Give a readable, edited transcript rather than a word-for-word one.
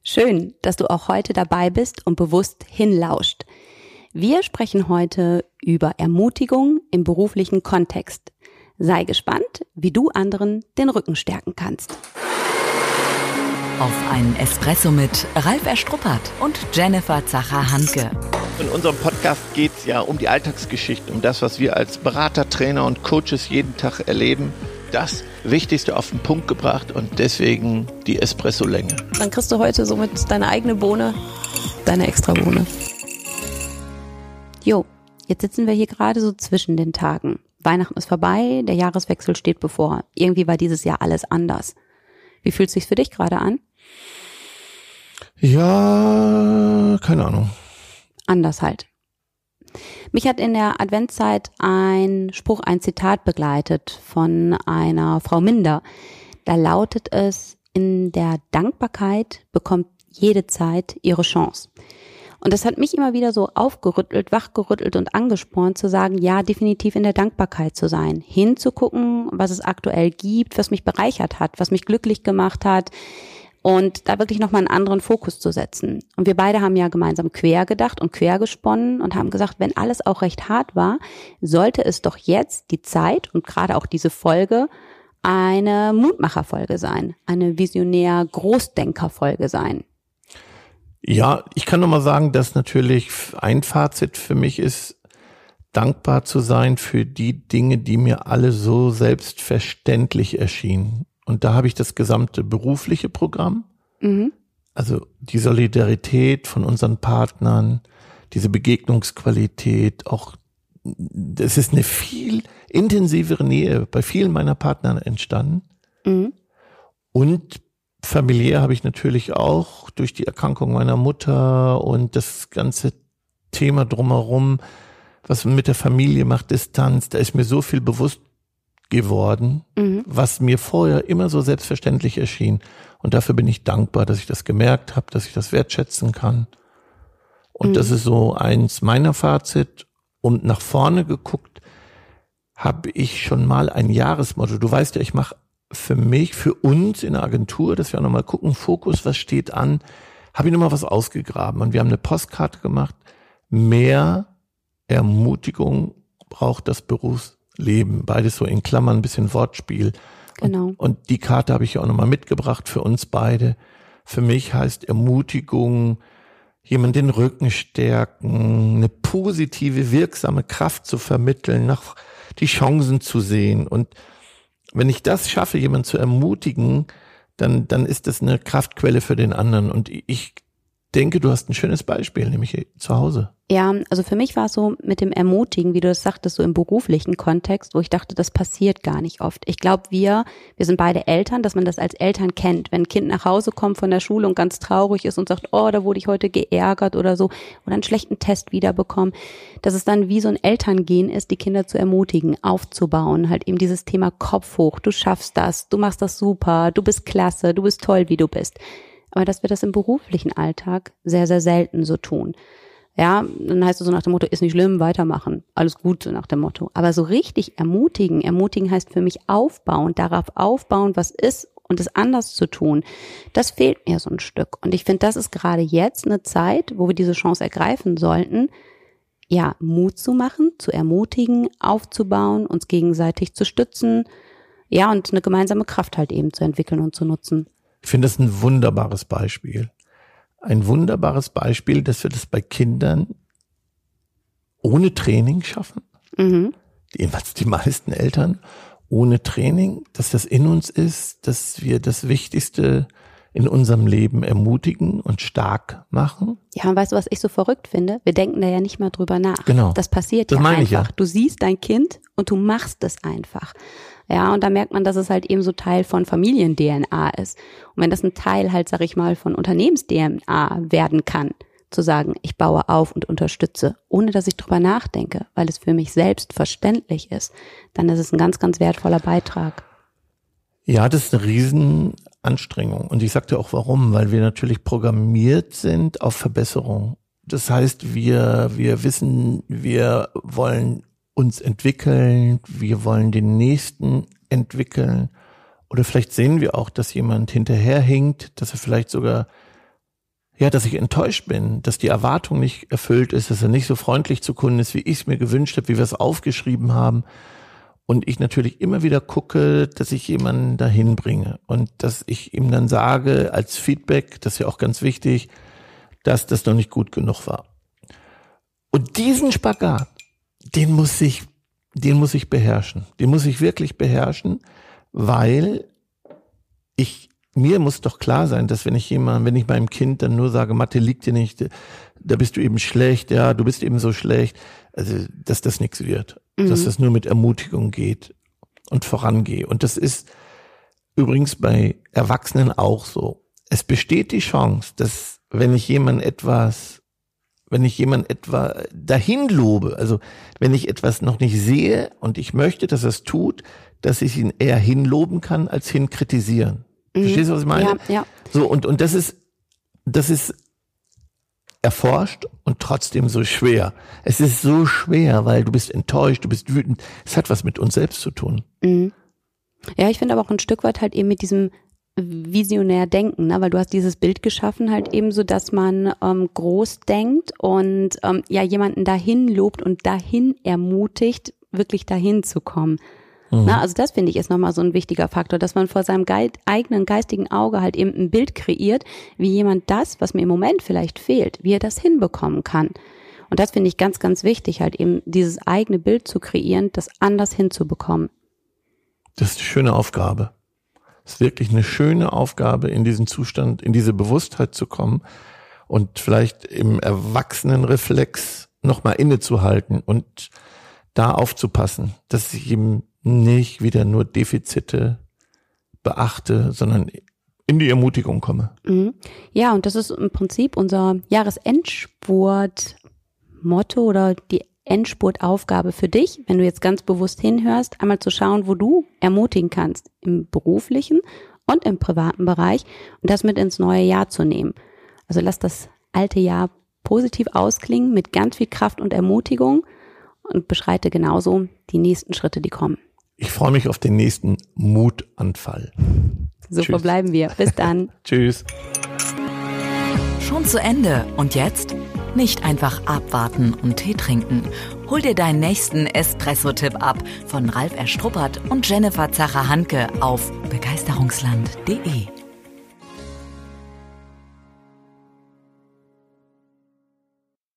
Schön, dass du auch heute dabei bist und bewusst hinlauscht. Wir sprechen heute über Ermutigung im beruflichen Kontext. Sei gespannt, wie du anderen den Rücken stärken kannst. Auf einen Espresso mit Ralf Erstruppert und Jennifer Zacher-Handke. In unserem Podcast geht es ja um die Alltagsgeschichte, um das, was wir als Berater, Trainer und Coaches jeden Tag erleben. Das Wichtigste auf den Punkt gebracht und deswegen die Espresso-Länge. Dann kriegst du heute somit deine eigene Bohne, deine Extra-Bohne. Jo, jetzt sitzen wir hier gerade so zwischen den Tagen. Weihnachten ist vorbei, der Jahreswechsel steht bevor. Irgendwie war dieses Jahr alles anders. Wie fühlt es sich für dich gerade an? Ja, keine Ahnung. Anders halt. Mich hat in der Adventszeit ein Spruch, ein Zitat begleitet von einer Frau Minder. Da lautet es: In der Dankbarkeit bekommt jede Zeit ihre Chance. Und das hat mich immer wieder so aufgerüttelt, wachgerüttelt und angespornt zu sagen, ja, definitiv in der Dankbarkeit zu sein. Hinzugucken, was es aktuell gibt, was mich bereichert hat, was mich glücklich gemacht hat. Und da wirklich nochmal einen anderen Fokus zu setzen. Und wir beide haben ja gemeinsam quer gedacht und quer gesponnen und haben gesagt, wenn alles auch recht hart war, sollte es doch jetzt die Zeit und gerade auch diese Folge eine Mutmacherfolge sein, eine Visionär-Großdenker-Folge sein. Ja, ich kann nur mal sagen, dass natürlich ein Fazit für mich ist, dankbar zu sein für die Dinge, die mir alle so selbstverständlich erschienen. Und da habe ich das gesamte berufliche Programm, also die Solidarität von unseren Partnern, diese Begegnungsqualität, auch es ist eine viel intensivere Nähe bei vielen meiner Partnern entstanden. Und familiär habe ich natürlich auch durch die Erkrankung meiner Mutter und das ganze Thema drumherum, was man mit der Familie macht, Distanz, da ist mir so viel bewusst geworden, was mir vorher immer so selbstverständlich erschien. Und dafür bin ich dankbar, dass ich das gemerkt habe, dass ich das wertschätzen kann. Und das ist so eins meiner Fazit. Und nach vorne geguckt habe ich schon mal ein Jahresmotto. Du weißt ja, ich mache für mich, für uns in der Agentur, dass wir auch nochmal gucken, Fokus, was steht an, habe ich nochmal was ausgegraben. Und wir haben eine Postkarte gemacht. Mehr Ermutigung braucht das Berufsleben. Beides so in Klammern, ein bisschen Wortspiel. Genau. Und die Karte habe ich ja auch nochmal mitgebracht für uns beide. Für mich heißt Ermutigung, jemand den Rücken stärken, eine positive, wirksame Kraft zu vermitteln, nach die Chancen zu sehen. Und wenn ich das schaffe, jemanden zu ermutigen, dann ist das eine Kraftquelle für den anderen. Und ich denke, du hast ein schönes Beispiel, nämlich zu Hause. Ja, also für mich war es so mit dem Ermutigen, wie du das sagtest, so im beruflichen Kontext, wo ich dachte, das passiert gar nicht oft. Ich glaube, wir sind beide Eltern, dass man das als Eltern kennt. Wenn ein Kind nach Hause kommt von der Schule und ganz traurig ist und sagt, oh, da wurde ich heute geärgert oder so, oder einen schlechten Test wiederbekommen, dass es dann wie so ein Elterngehen ist, die Kinder zu ermutigen, aufzubauen, halt eben dieses Thema Kopf hoch, du schaffst das, du machst das super, du bist klasse, du bist toll, wie du bist. Aber dass wir das im beruflichen Alltag sehr, sehr selten so tun. Ja, dann heißt es so nach dem Motto, ist nicht schlimm, weitermachen, alles gut, so nach dem Motto. Aber so richtig ermutigen heißt für mich aufbauen, darauf aufbauen, was ist und es anders zu tun. Das fehlt mir so ein Stück. Und ich finde, das ist gerade jetzt eine Zeit, wo wir diese Chance ergreifen sollten, ja, Mut zu machen, zu ermutigen, aufzubauen, uns gegenseitig zu stützen, ja, und eine gemeinsame Kraft halt eben zu entwickeln und zu nutzen. Ich finde das ein wunderbares Beispiel. Ein wunderbares Beispiel, dass wir das bei Kindern ohne Training schaffen. Jedenfalls die meisten Eltern ohne Training, dass das in uns ist, dass wir das Wichtigste in unserem Leben ermutigen und stark machen. Ja, und weißt du, was ich so verrückt finde? Wir denken da ja nicht mal drüber nach. Genau. Das passiert ja einfach. Du siehst dein Kind und du machst es einfach. Ja, und da merkt man, dass es halt eben so Teil von Familien-DNA ist. Und wenn das ein Teil halt, sag ich mal, von Unternehmens-DNA werden kann, zu sagen, ich baue auf und unterstütze, ohne dass ich drüber nachdenke, weil es für mich selbstverständlich ist, dann ist es ein ganz, ganz wertvoller Beitrag. Ja, das ist eine Riesenanstrengung. Und ich sagte auch warum, weil wir natürlich programmiert sind auf Verbesserung. Das heißt, wir wissen, wir wollen uns entwickeln, wir wollen den Nächsten entwickeln. Oder vielleicht sehen wir auch, dass jemand hinterherhinkt, dass er vielleicht sogar dass ich enttäuscht bin, dass die Erwartung nicht erfüllt ist, dass er nicht so freundlich zu Kunden ist, wie ich es mir gewünscht habe, wie wir es aufgeschrieben haben. Und ich natürlich immer wieder gucke, dass ich jemanden dahin bringe und dass ich ihm dann sage als Feedback, das ist ja auch ganz wichtig, dass das noch nicht gut genug war. Und diesen Spagat, den muss ich beherrschen. Den muss ich wirklich beherrschen, weil mir muss doch klar sein, dass wenn ich meinem Kind dann nur sage, Mathe liegt dir nicht, da bist du eben schlecht, ja, du bist eben so schlecht, also dass das nichts wird, dass das nur mit Ermutigung geht und vorangehe. Und das ist übrigens bei Erwachsenen auch so. Es besteht die Chance, dass wenn ich jemanden etwa dahin lobe, also wenn ich etwas noch nicht sehe und ich möchte, dass er es tut, dass ich ihn eher hinloben kann, als hinkritisieren. Verstehst du, was ich meine? Ja. So, und das ist erforscht und trotzdem so schwer. Es ist so schwer, weil du bist enttäuscht, du bist wütend. Es hat was mit uns selbst zu tun. Ja, ich finde aber auch ein Stück weit halt eben mit diesem visionär denken, ne? Weil du hast dieses Bild geschaffen halt eben so, dass man groß denkt und jemanden dahin lobt und dahin ermutigt, wirklich dahin zu kommen. Na, also das finde ich ist nochmal so ein wichtiger Faktor, dass man vor seinem eigenen geistigen Auge halt eben ein Bild kreiert, wie jemand das, was mir im Moment vielleicht fehlt, wie er das hinbekommen kann. Und das finde ich ganz, ganz wichtig, halt eben dieses eigene Bild zu kreieren, das anders hinzubekommen. Das ist eine schöne Aufgabe. Es ist wirklich eine schöne Aufgabe, in diesen Zustand, in diese Bewusstheit zu kommen und vielleicht im Erwachsenenreflex nochmal innezuhalten und da aufzupassen, dass ich eben nicht wieder nur Defizite beachte, sondern in die Ermutigung komme. Ja, und das ist im Prinzip unser Jahresendspurt-Motto oder die Endspurtaufgabe für dich, wenn du jetzt ganz bewusst hinhörst, einmal zu schauen, wo du ermutigen kannst, im beruflichen und im privaten Bereich und das mit ins neue Jahr zu nehmen. Also lass das alte Jahr positiv ausklingen mit ganz viel Kraft und Ermutigung und beschreite genauso die nächsten Schritte, die kommen. Ich freue mich auf den nächsten Mutanfall. So verbleiben wir. Bis dann. Tschüss. Schon zu Ende. Und jetzt? Nicht einfach abwarten und Tee trinken. Hol dir deinen nächsten Espresso-Tipp ab von Ralf Erstruppert und Jennifer Zacher-Hanke auf begeisterungsland.de.